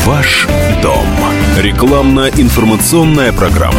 Ваш дом. Рекламно-информационная программа.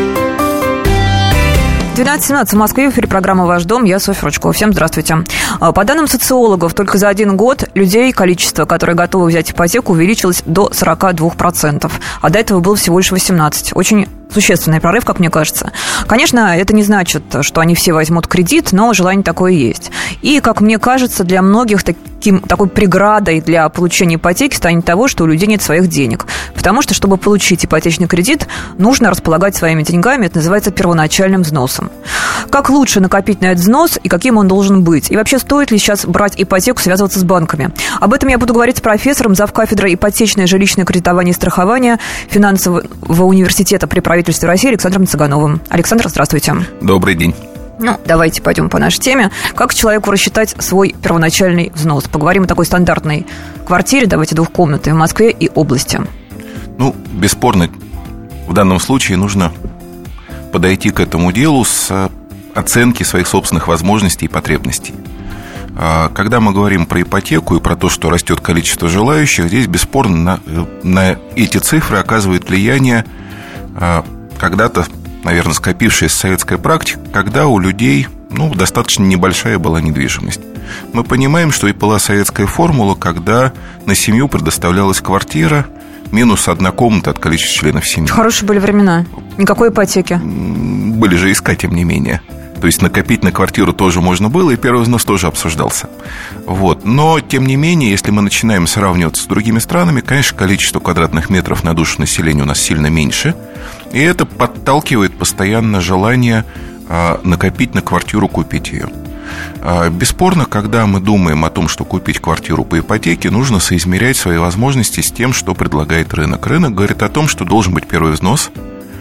12:17 в Москве, в эфире программа «Ваш дом». Я Софья Ручкова. Всем здравствуйте. По данным социологов, только за один год людей, количество, которое готовы взять ипотеку, увеличилось до 42%. А до этого было всего лишь 18%. Очень существенный прорыв, как мне кажется. Конечно, это не значит, что они все возьмут кредит, но желание такое есть. И, как мне кажется, для многих такой преградой для получения ипотеки станет того, что у людей нет своих денег. Потому что, чтобы получить ипотечный кредит, нужно располагать своими деньгами. Это называется первоначальным взносом. Как лучше накопить на этот взнос и каким он должен быть? И вообще, стоит ли сейчас брать ипотеку, связываться с банками? Об этом я буду говорить с профессором, завкафедрой ипотечное жилищное кредитование и страхование финансового университета при правительстве России Александром Цыгановым. Александр, здравствуйте. Добрый день. Давайте пойдем по нашей теме. Как человеку рассчитать свой первоначальный взнос? Поговорим о такой стандартной квартире, давайте двухкомнатной в Москве и области. Бесспорно, в данном случае нужно подойти к этому делу с оценки своих собственных возможностей и потребностей. Когда мы говорим про ипотеку и про то, что растет количество желающих, здесь бесспорно на эти цифры оказывает влияние когда-то, наверное, скопившаяся советская практика, когда у людей достаточно небольшая была недвижимость. Мы понимаем, что и была советская формула, когда на семью предоставлялась квартира минус одна комната от количества членов семьи. Хорошие были времена. Никакой ипотеки. Были же иска, тем не менее. То есть накопить на квартиру тоже можно было, и первый взнос тоже обсуждался. Но, тем не менее, если мы начинаем сравниваться с другими странами, конечно, количество квадратных метров на душу населения у нас сильно меньше. И это подталкивает постоянно желание накопить на квартиру, купить ее. Бесспорно, когда мы думаем о том, что купить квартиру по ипотеке, нужно соизмерять свои возможности с тем, что предлагает рынок. Рынок говорит о том, что должен быть первый взнос.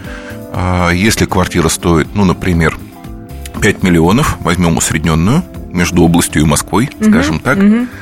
Если квартира стоит, например, 5 миллионов, возьмем усредненную, между областью и Москвой, скажем так,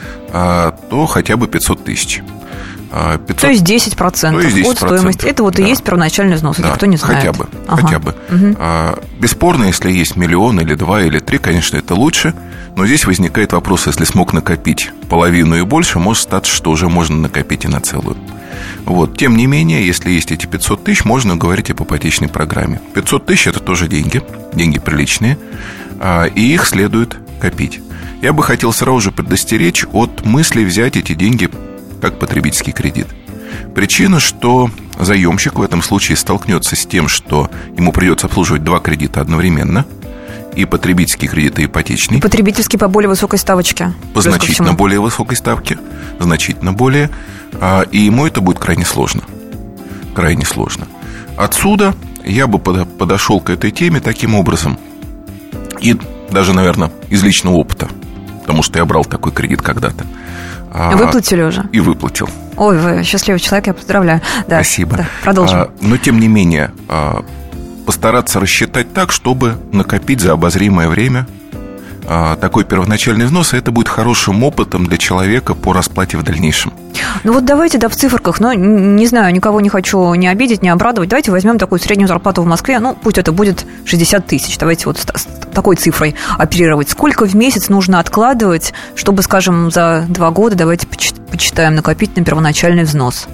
то хотя бы 500 тысяч. 500... То есть 10% от стоимости. Это и есть первоначальный взнос, никто не знает. Хотя бы. Бесспорно, если есть миллион или 2 или 3, конечно, это лучше. Но здесь возникает вопрос, если смог накопить половину и больше, может статься, что уже можно накопить и на целую. Тем не менее, если есть эти 500 тысяч, можно говорить об ипотечной программе. 500 тысяч – это тоже деньги приличные, и их следует копить. Я бы хотел сразу же предостеречь от мысли взять эти деньги как потребительский кредит. Причина, что заемщик в этом случае столкнется с тем, что ему придется обслуживать 2 кредита одновременно, и потребительский кредит, и ипотечный. И потребительский по более высокой ставочке. По значительно более высокой ставке, значительно более. И ему это будет крайне сложно. Крайне сложно. Отсюда я бы подошел к этой теме таким образом. И даже, наверное, из личного опыта, потому что я брал такой кредит когда-то. Выплатили уже? И выплатил. Ой, вы счастливый человек, я поздравляю. Да, спасибо. Да, продолжим. Но, тем не менее, постараться рассчитать так, чтобы накопить за обозримое время такой первоначальный взнос, и это будет хорошим опытом для человека по расплате в дальнейшем. Давайте, в циферках, не знаю, никого не хочу ни обидеть, ни обрадовать. Давайте возьмем такую среднюю зарплату в Москве, пусть это будет 60 тысяч. Давайте с такой цифрой оперировать. Сколько в месяц нужно откладывать, чтобы, скажем, за 2 года, давайте почитаем, накопить на первоначальный взнос?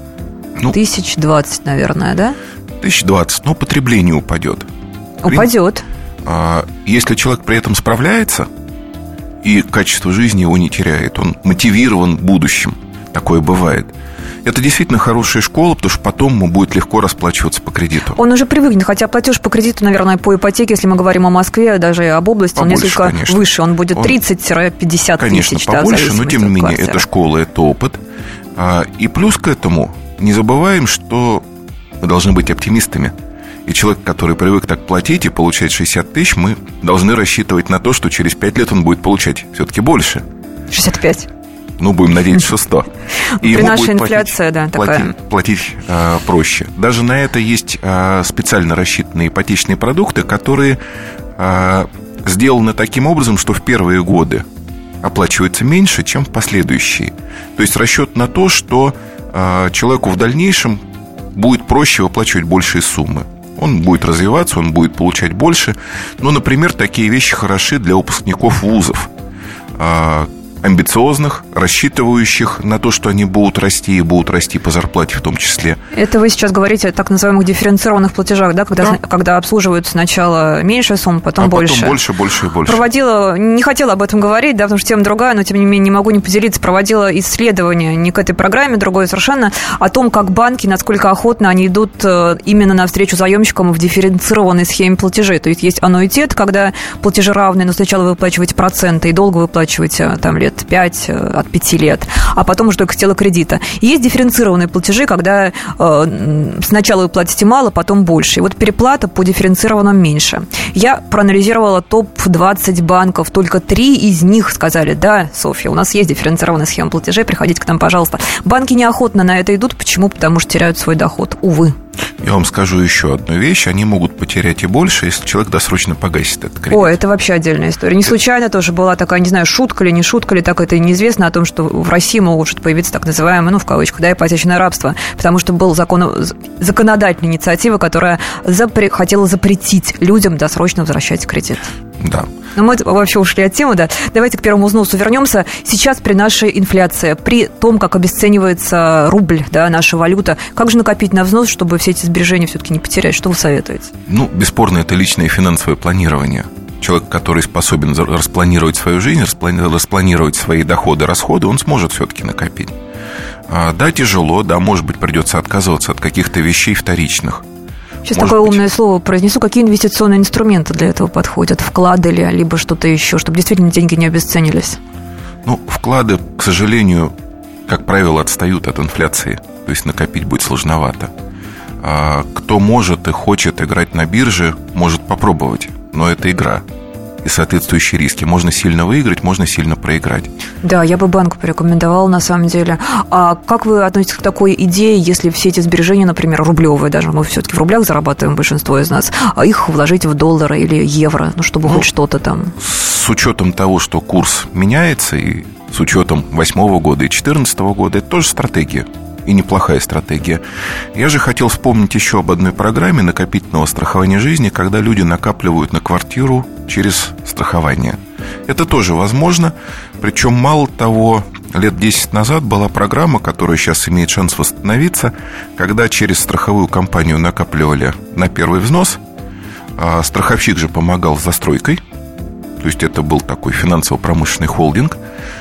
1020, наверное, да? 1020, но потребление упадет. Упадет. Если человек при этом справляется и качество жизни его не теряет, он мотивирован будущим, такое бывает, это действительно хорошая школа, потому что потом ему будет легко расплачиваться по кредиту. Он уже привыкнет, хотя платеж по кредиту, наверное, по ипотеке, если мы говорим о Москве, даже об области, побольше, он несколько конечно. Выше, он будет 30-50 конечно, тысяч. Конечно, побольше, но тем не менее, это школа, это опыт. И плюс к этому не забываем, что мы должны быть оптимистами. И человек, который привык так платить и получать 60 тысяч, мы должны рассчитывать на то, что через 5 лет он будет получать все-таки больше. 65. Будем надеяться, что 100. И при нашей инфляции, платить проще. Даже на это есть специально рассчитанные ипотечные продукты, которые сделаны таким образом, что в первые годы оплачивается меньше, чем в последующие. То есть расчет на то, что человеку в дальнейшем будет проще выплачивать большие суммы. Он будет развиваться, он будет получать больше. Например, такие вещи хороши для выпускников вузов. амбициозных, рассчитывающих на то, что они будут расти и будут расти по зарплате в том числе. Это вы сейчас говорите о так называемых дифференцированных платежах, да? Когда обслуживают сначала меньшая сумма, потом больше. Потом больше, больше и больше. Не хотела об этом говорить, да, потому что тема другая, но тем не менее не могу не поделиться. Проводила исследование не к этой программе, другое совершенно, о том, как банки, насколько охотно они идут именно навстречу заемщикам в дифференцированной схеме платежей. То есть аннуитет, когда платежи равны, но сначала вы выплачиваете проценты и долго выплачиваете там лет 5, от 5 лет, а потом уже только с тела кредита. И есть дифференцированные платежи, когда сначала вы платите мало, потом больше. И вот переплата по дифференцированным меньше. Я проанализировала топ-20 банков, только 3 из них сказали: да, Софья, у нас есть дифференцированная схема платежей, приходите к нам, пожалуйста. Банки неохотно на это идут. Почему? Потому что теряют свой доход, увы. Я вам скажу еще одну вещь. Они могут потерять и больше, если человек досрочно погасит этот кредит. О, это вообще отдельная история. Не случайно тоже была такая, не знаю, шутка или не шутка, или так это неизвестно, о том, что в России может появиться так называемое, в кавычках, да, ипотечное рабство, потому что была законодательная инициатива, которая хотела запретить людям досрочно возвращать кредит. Да. Но мы вообще ушли от темы, да. Давайте к первому взносу вернемся. Сейчас при нашей инфляции, при том, как обесценивается рубль, да, наша валюта, как же накопить на взнос, чтобы все эти сбережения все-таки не потерять? Что вы советуете? Бесспорно, это личное финансовое планирование. Человек, который способен распланировать свою жизнь, распланировать свои доходы, расходы, он сможет все-таки накопить. Да, тяжело, да, может быть, придется отказываться от каких-то вещей вторичных. Сейчас такое умное слово произнесу. Какие инвестиционные инструменты для этого подходят? Вклады ли, либо что-то еще, чтобы действительно деньги не обесценились? Вклады, к сожалению, как правило, отстают от инфляции. То есть накопить будет сложновато. Кто может и хочет играть на бирже, может попробовать. Но это игра. И соответствующие риски. Можно сильно выиграть, можно сильно проиграть. Да, я бы банку порекомендовала, на самом деле. А как вы относитесь к такой идее, если все эти сбережения, например, рублевые, даже мы все-таки в рублях зарабатываем, большинство из нас, а их вложить в доллары или евро, чтобы хоть что-то там? С учетом того, что курс меняется, и с учетом 2008 года и 2014 года, это тоже стратегия. И неплохая стратегия. Я же хотел вспомнить еще об одной программе накопительного страхования жизни, когда люди накапливают на квартиру через страхование. Это тоже возможно. Причем, мало того, лет 10 назад была программа, которая сейчас имеет шанс восстановиться, когда через страховую компанию накапливали на первый взнос. Страховщик же помогал с застройкой. То есть это был такой финансово-промышленный холдинг.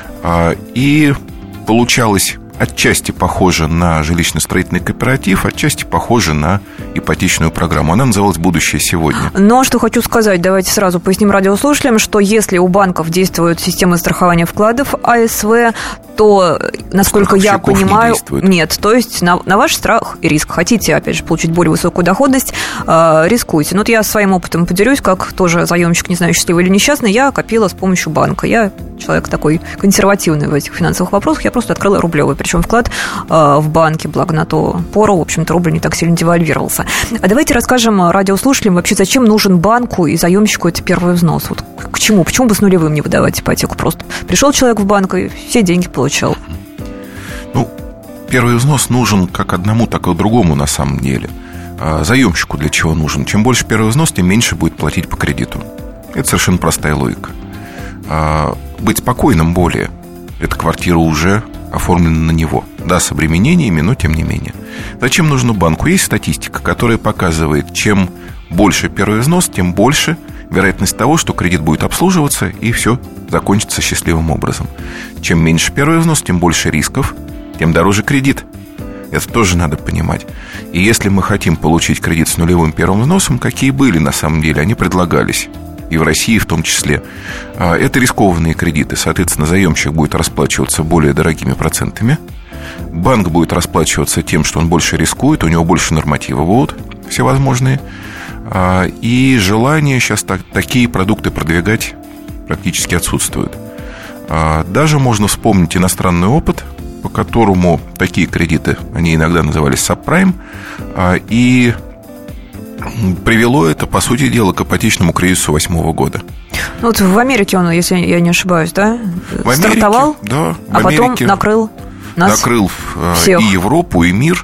И получалось отчасти похоже на жилищно-строительный кооператив, отчасти похоже на ипотечную программу. Она называлась «Будущее сегодня». Но что хочу сказать, давайте сразу поясним радиослушателям, что если у банков действует система страхования вкладов АСВ, то, насколько я понимаю, нет. То есть на ваш страх и риск. Хотите, опять же, получить более высокую доходность, рискуйте. Но я своим опытом поделюсь, как тоже заемщик, не знаю, счастливый или несчастный, я копила с помощью банка. Я человек такой консервативный в этих финансовых вопросах, я просто открыла рублевый, причем вклад в банке, благо на то пору, в общем-то, рубль не так сильно девальвировался. А давайте расскажем радиослушателям вообще, зачем нужен банку и заемщику это первый взнос. Вот к чему? Почему бы с нулевым не выдавать ипотеку? Просто пришел человек в банк и все деньги получал. Первый взнос нужен как одному, так и другому на самом деле. Заемщику для чего нужен? Чем больше первый взнос, тем меньше будет платить по кредиту. Это совершенно простая логика. Быть спокойным более. Эта квартира уже оформлена на него. Да, с обременениями, но тем не менее. Зачем нужно банку? Есть статистика, которая показывает, чем больше первый взнос, тем больше вероятность того, что кредит будет обслуживаться и все закончится счастливым образом. Чем меньше первый взнос, тем больше рисков, тем дороже кредит. Это тоже надо понимать. И если мы хотим получить кредит с нулевым первым взносом, какие были на самом деле, они предлагались. И в России в том числе. Это рискованные кредиты. Соответственно, заемщик будет расплачиваться более дорогими процентами. Банк будет расплачиваться тем, что он больше рискует, у него больше нормативы будут всевозможные. И желание сейчас такие продукты продвигать практически отсутствует. Даже можно вспомнить иностранный опыт, по которому такие кредиты, они иногда назывались сабпрайм, и привело это, по сути дела, к ипотечному кризису 2008 года. Вот в Америке он, если я не ошибаюсь, да? Стартовал, да, а потом накрыл нас всех. И Европу, и мир.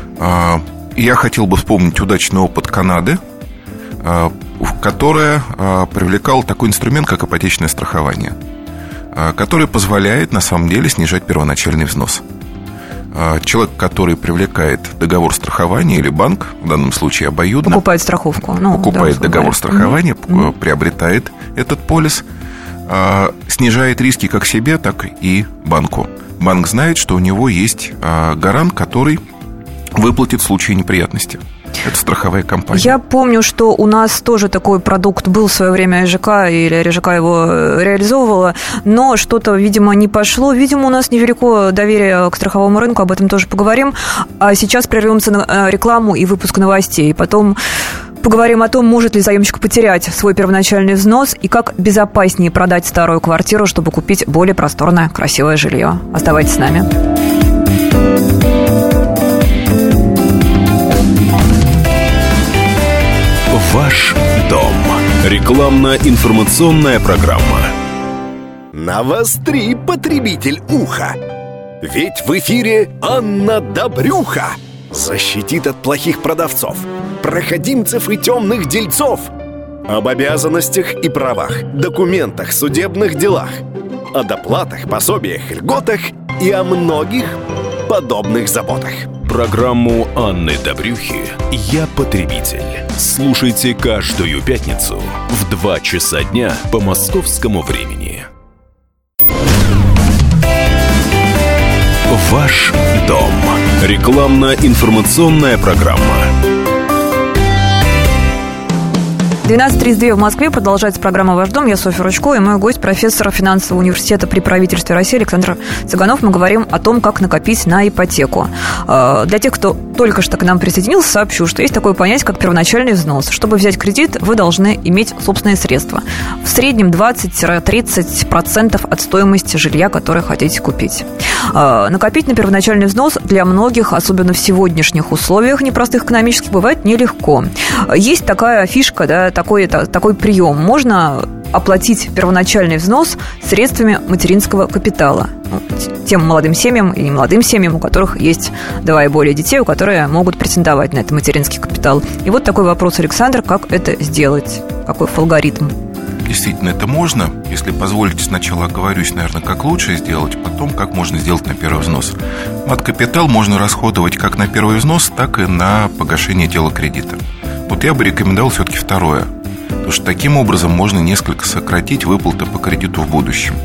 Я хотел бы вспомнить удачный опыт Канады, которая привлекала такой инструмент, как ипотечное страхование. который позволяет на самом деле снижать первоначальный взнос. Человек, который привлекает договор страхования или банк, в данном случае обоюдно, покупает страховку, покупает договор страхования, приобретает этот полис, снижает риски как себе, так и банку. Банк знает, что у него есть гарант, который выплатит в случае неприятности. Это страховая компания. Я помню, что у нас тоже такой продукт был в свое время ЖК, или РЖК его реализовывала, но что-то, видимо, не пошло. Видимо, у нас невелико доверие к страховому рынку, об этом тоже поговорим. А сейчас прервемся на рекламу и выпуск новостей. Потом поговорим о том, может ли заемщик потерять свой первоначальный взнос и как безопаснее продать старую квартиру, чтобы купить более просторное, красивое жилье. Оставайтесь с нами. Ваш дом. Рекламно-информационная программа. Навостри, потребитель, ухо. Ведь в эфире Анна Добрюха защитит от плохих продавцов, проходимцев и темных дельцов. Об обязанностях и правах, документах, судебных делах, о доплатах, пособиях, льготах и о многих подобных заботах. Программу Анны Добрюхи «Я потребитель». Слушайте каждую пятницу в 2 часа дня по московскому времени. Ваш дом. Рекламно-информационная программа. 12:32 в Москве. Продолжается программа «Ваш дом». Я Софья Ручко и мой гость, профессор финансового университета при правительстве России Александр Цыганов. Мы говорим о том, как накопить на ипотеку. Для тех, кто только что к нам присоединился, сообщу, что есть такое понятие, как первоначальный взнос. Чтобы взять кредит, вы должны иметь собственные средства. В среднем 20-30% от стоимости жилья, которое хотите купить. Накопить на первоначальный взнос для многих, особенно в сегодняшних условиях непростых экономических, бывает нелегко. Есть такая фишка, да, такой прием. Можно оплатить первоначальный взнос средствами материнского капитала. Тем молодым семьям и немолодым семьям, у которых есть 2 и более детей, у которых могут претендовать на этот материнский капитал. И вот такой вопрос, Александр, как это сделать? Какой алгоритм? Действительно, это можно. Если позволите, сначала оговорюсь, наверное, как лучше сделать, потом, как можно сделать на первый взнос. Мат-капитал можно расходовать как на первый взнос, так и на погашение дела кредита. Вот я бы рекомендовал все-таки второе, потому что таким образом можно несколько сократить выплаты по кредиту в будущем.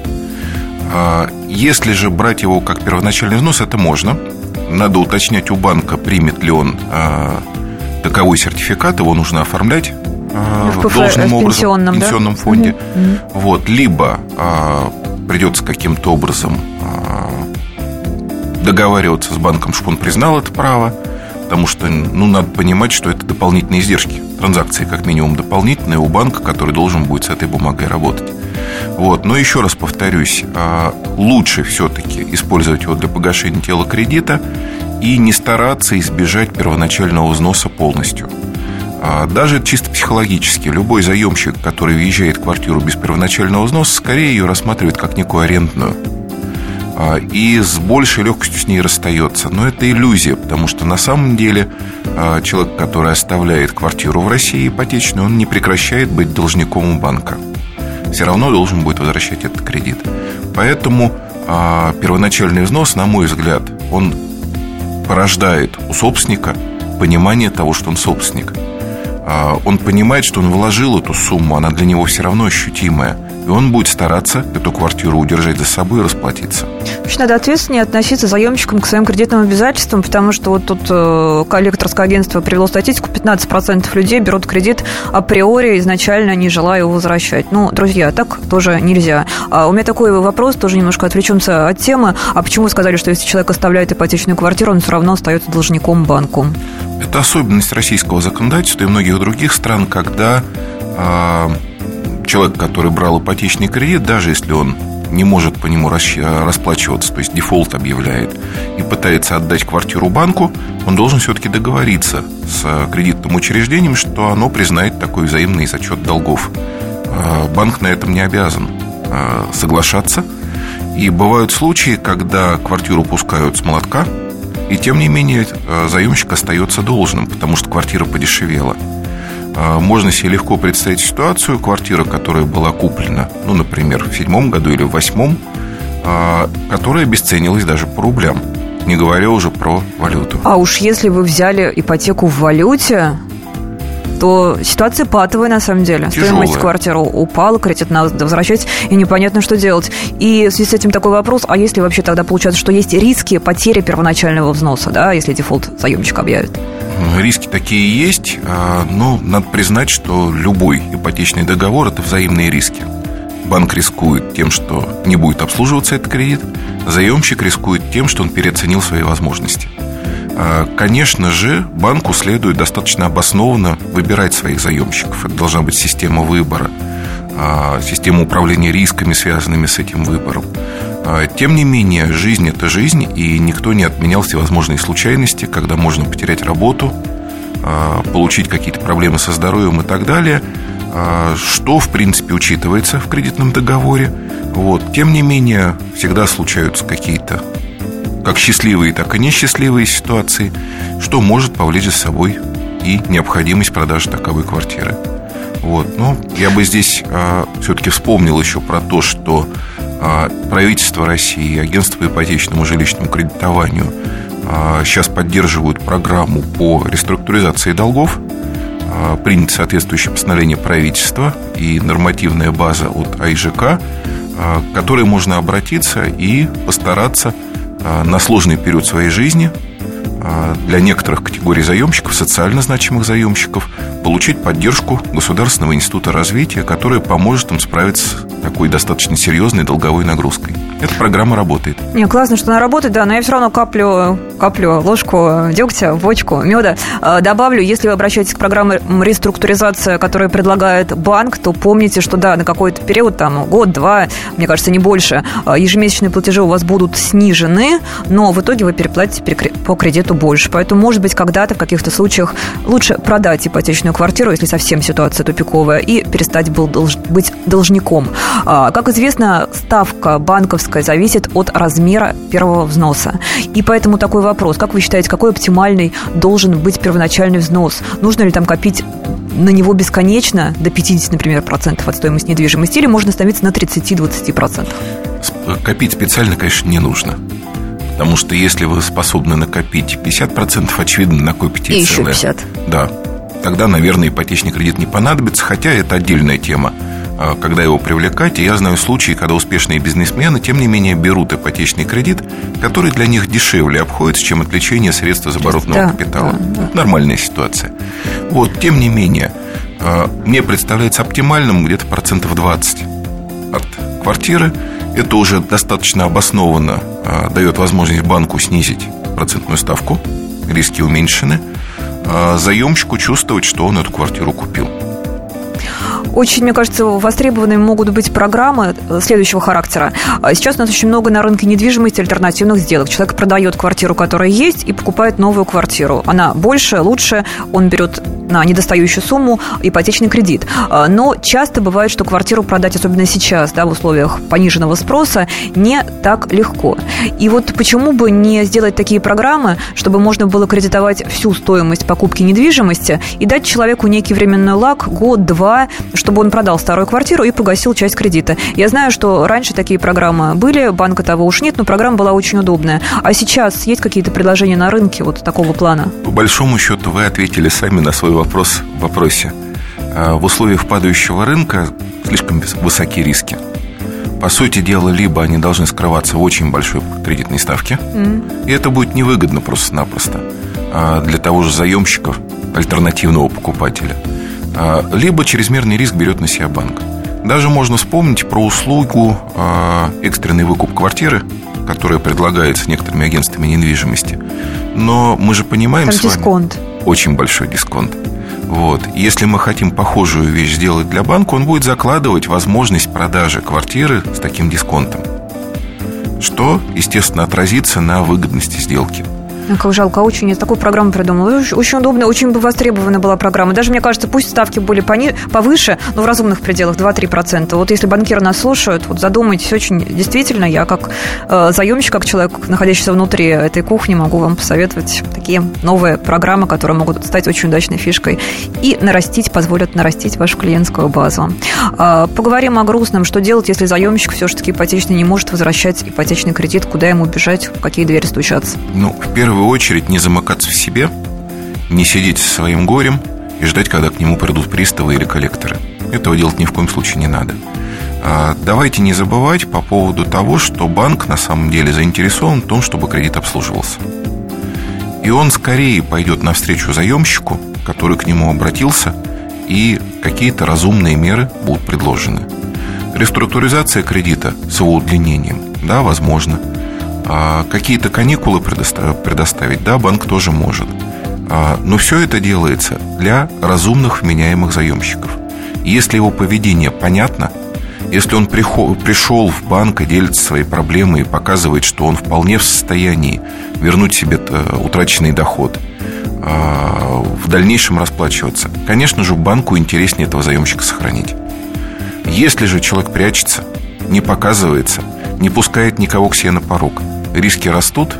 Если же брать его как первоначальный взнос, это можно. Надо уточнять у банка, примет ли он таковой сертификат, его нужно оформлять должным образом в пенсионном фонде. Вот. Либо придется каким-то образом договариваться с банком, чтобы он признал это право, потому что надо понимать, что это дополнительные издержки, транзакции как минимум дополнительные у банка, который должен будет с этой бумагой работать. Вот. Но еще раз повторюсь, лучше все-таки использовать его для погашения дела кредита и не стараться избежать первоначального взноса полностью. Даже чисто психологически любой заемщик, который въезжает в квартиру без первоначального взноса, скорее ее рассматривает как некую арендную и с большей легкостью с ней расстается. Но это иллюзия, потому что на самом деле человек, который оставляет квартиру в России ипотечную, он не прекращает быть должником у банка. Все равно должен будет возвращать этот кредит. Поэтому первоначальный взнос, на мой взгляд, он порождает у собственника понимание того, что он собственник. Он понимает, что он вложил эту сумму, она для него все равно ощутимая, и он будет стараться эту квартиру удержать за собой и расплатиться. Значит, надо ответственнее относиться заемщикам к своим кредитным обязательствам, потому что вот тут коллекторское агентство привело статистику, 15% людей берут кредит априори, изначально не желая его возвращать. Друзья, так тоже нельзя. У меня такой вопрос, тоже немножко отвлечемся от темы. А почему вы сказали, что если человек оставляет ипотечную квартиру, он все равно остается должником банку? Это особенность российского законодательства и многих других стран, когда человек, который брал ипотечный кредит, даже если он не может по нему расплачиваться, то есть дефолт объявляет, и пытается отдать квартиру банку, он должен все-таки договориться с кредитным учреждением, что оно признает такой взаимный зачет долгов. Банк на этом не обязан соглашаться. И бывают случаи, когда квартиру пускают с молотка, и тем не менее заемщик остается должным, потому что квартира подешевела. Можно себе легко представить ситуацию: квартира, которая была куплена, например, в 2007 году или в 2008, которая обесценилась даже по рублям, не говоря уже про валюту. А уж если вы взяли ипотеку в валюте, то ситуация патовая на самом деле. Тяжелая. Стоимость квартиры упала, кредит надо возвращать, и непонятно, что делать. И в связи с этим такой вопрос: а если вообще тогда получается, что есть риски потери первоначального взноса, да, если дефолт заемщик объявит? Риски такие есть, но надо признать, что любой ипотечный договор – это взаимные риски. Банк рискует тем, что не будет обслуживаться этот кредит, заемщик рискует тем, что он переоценил свои возможности. Конечно же, банку следует достаточно обоснованно выбирать своих заемщиков. Это должна быть система выбора, система управления рисками, связанными с этим выбором. Тем не менее, жизнь – это жизнь, и никто не отменял всевозможные случайности, когда можно потерять работу, получить какие-то проблемы со здоровьем и так далее, что, в принципе, учитывается в кредитном договоре. Тем не менее, всегда случаются какие-то как счастливые, так и несчастливые ситуации, что может повлечь за собой и необходимость продажи таковой квартиры. Но я бы здесь все-таки вспомнил еще про то, что правительство России и агентство по ипотечному жилищному кредитованию сейчас поддерживают программу по реструктуризации долгов. Принято соответствующее постановление правительства и нормативная база от АИЖК, к которой можно обратиться и постараться на сложный период своей жизни для некоторых категорий заемщиков, социально значимых заемщиков, получить поддержку Государственного института развития, которая поможет им справиться с такой достаточно серьезной долговой нагрузкой. Эта программа работает. Классно, что она работает, да, но я все равно каплю ложку дегтя в бочку меда. Добавлю, если вы обращаетесь к программе реструктуризации, которую предлагает банк, то помните, что да, на какой-то период, год-два, мне кажется, не больше, ежемесячные платежи у вас будут снижены, но в итоге вы переплатите по кредиту больше. Поэтому, может быть, когда-то в каких-то случаях лучше продать ипотечную квартиру, если совсем ситуация тупиковая, и перестать быть должником. Как известно, ставка банковская зависит от размера первого взноса. И поэтому такой вопрос: как вы считаете, какой оптимальный должен быть первоначальный взнос? Нужно ли копить на него бесконечно, до 50, например, процентов от стоимости недвижимости, или можно остановиться на 30-20%? Копить специально, конечно, не нужно. Потому что если вы способны накопить 50%, очевидно, накопите и еще 50%. Да, тогда, наверное, ипотечный кредит не понадобится, хотя это отдельная тема, когда его привлекать. И я знаю случаи, когда успешные бизнесмены, тем не менее, берут ипотечный кредит, который для них дешевле обходится, чем отвлечение средств из оборотного капитала. Да. Нормальная ситуация. Тем не менее, мне представляется оптимальным где-то 20% от квартиры. Это уже достаточно обоснованно дает возможность банку снизить процентную ставку, риски уменьшены, заемщику чувствовать, что он эту квартиру купил. Очень, мне кажется, востребованными могут быть программы следующего характера. Сейчас у нас очень много на рынке недвижимости альтернативных сделок. Человек продает квартиру, которая есть, и покупает новую квартиру. Она больше, лучше, он берет на недостающую сумму ипотечный кредит. Но часто бывает, что квартиру продать, особенно сейчас, в условиях пониженного спроса, не так легко. И почему бы не сделать такие программы, чтобы можно было кредитовать всю стоимость покупки недвижимости и дать человеку некий временной лаг, год-два, чтобы он продал старую квартиру и погасил часть кредита. Я знаю, что раньше такие программы были, банка того уж нет, но программа была очень удобная. А сейчас есть какие-то предложения на рынке такого плана? По большому счету, вы ответили сами на свой вопрос в вопросе. В условиях падающего рынка слишком высокие риски. По сути дела, либо они должны скрываться в очень большой кредитной ставке, и это будет невыгодно просто-напросто для того же заемщика, альтернативного покупателя, либо чрезмерный риск берет на себя банк. Даже можно вспомнить про услугу экстренный выкуп квартиры, которая предлагается некоторыми агентствами недвижимости. Но мы же понимаем там с вами... дисконт. Очень большой дисконт. Если мы хотим похожую вещь сделать для банка, он будет закладывать возможность продажи квартиры с таким дисконтом, что, естественно, отразится на выгодности сделки. Как жалко, очень такую программу придумала. Очень удобная, очень востребована была программа. Даже, мне кажется, пусть ставки были повыше, но в разумных пределах 2-3%. Вот если банкиры нас слушают, вот задумайтесь, очень действительно, я как заемщик, как человек, находящийся внутри этой кухни, могу вам посоветовать такие новые программы, которые могут стать очень удачной фишкой и позволят нарастить вашу клиентскую базу. Поговорим о грустном. Что делать, если заемщик все-таки ипотечный не может возвращать ипотечный кредит? Куда ему бежать? В какие двери стучаться? В первую очередь не замыкаться в себе, не сидеть со своим горем и ждать, когда к нему придут приставы или коллекторы. Этого делать ни в коем случае не надо. Давайте не забывать по поводу того, что банк на самом деле заинтересован в том, чтобы кредит обслуживался. И он скорее пойдет навстречу заемщику, который к нему обратился, и какие-то разумные меры будут предложены. Реструктуризация кредита с его удлинением, да, возможно. Какие-то каникулы предоставить, да, банк тоже может. Но все это делается для разумных, вменяемых заемщиков. Если его поведение понятно, если он пришел в банк и делится своей проблемой и показывает, что он вполне в состоянии вернуть себе утраченный доход, в дальнейшем расплачиваться, конечно же, банку интереснее этого заемщика сохранить. Если же человек прячется, не показывается, не пускает никого к себе на порог, риски растут,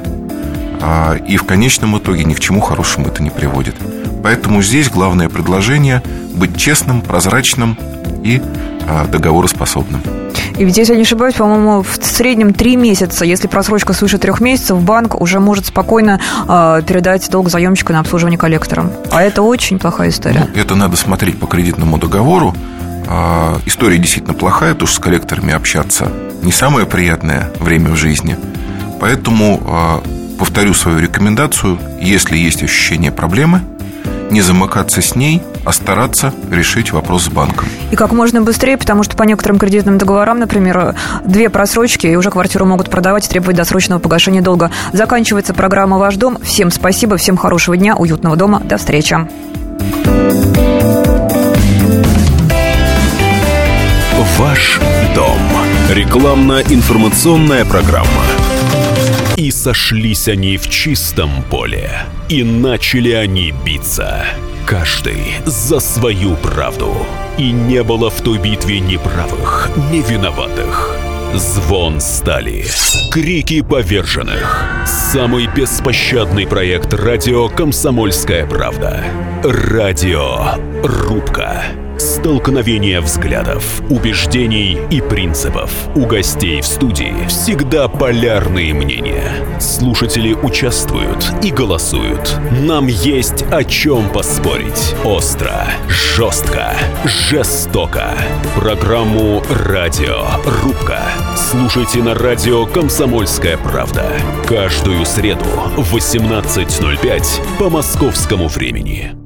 и в конечном итоге ни к чему хорошему это не приводит. Поэтому здесь главное предложение – быть честным, прозрачным и договороспособным. И ведь, если я не ошибаюсь, по-моему, в среднем 3 месяца, если просрочка свыше 3 месяцев, банк уже может спокойно передать долг заемщика на обслуживание коллекторам. А это очень плохая история. Это надо смотреть по кредитному договору. История действительно плохая, потому что с коллекторами общаться не самое приятное время в жизни. Поэтому повторю свою рекомендацию: если есть ощущение проблемы, не замыкаться с ней, а стараться решить вопрос с банком. И как можно быстрее, потому что по некоторым кредитным договорам, например, 2 просрочки, и уже квартиру могут продавать и требовать досрочного погашения долга. Заканчивается программа «Ваш дом». Всем спасибо, всем хорошего дня, уютного дома. До встречи. «Ваш дом». Рекламно-информационная программа. И сошлись они в чистом поле, и начали они биться, каждый за свою правду. И не было в той битве ни правых, ни виноватых. Звон стали, крики поверженных. Самый беспощадный проект радио «Комсомольская правда». Радиорубка. Столкновение взглядов, убеждений и принципов. У гостей в студии всегда полярные мнения. Слушатели участвуют и голосуют. Нам есть о чем поспорить. Остро, жестко, жестоко. Программу «Радиорубка» слушайте на радио «Комсомольская правда». Каждую среду в 18:05 по московскому времени.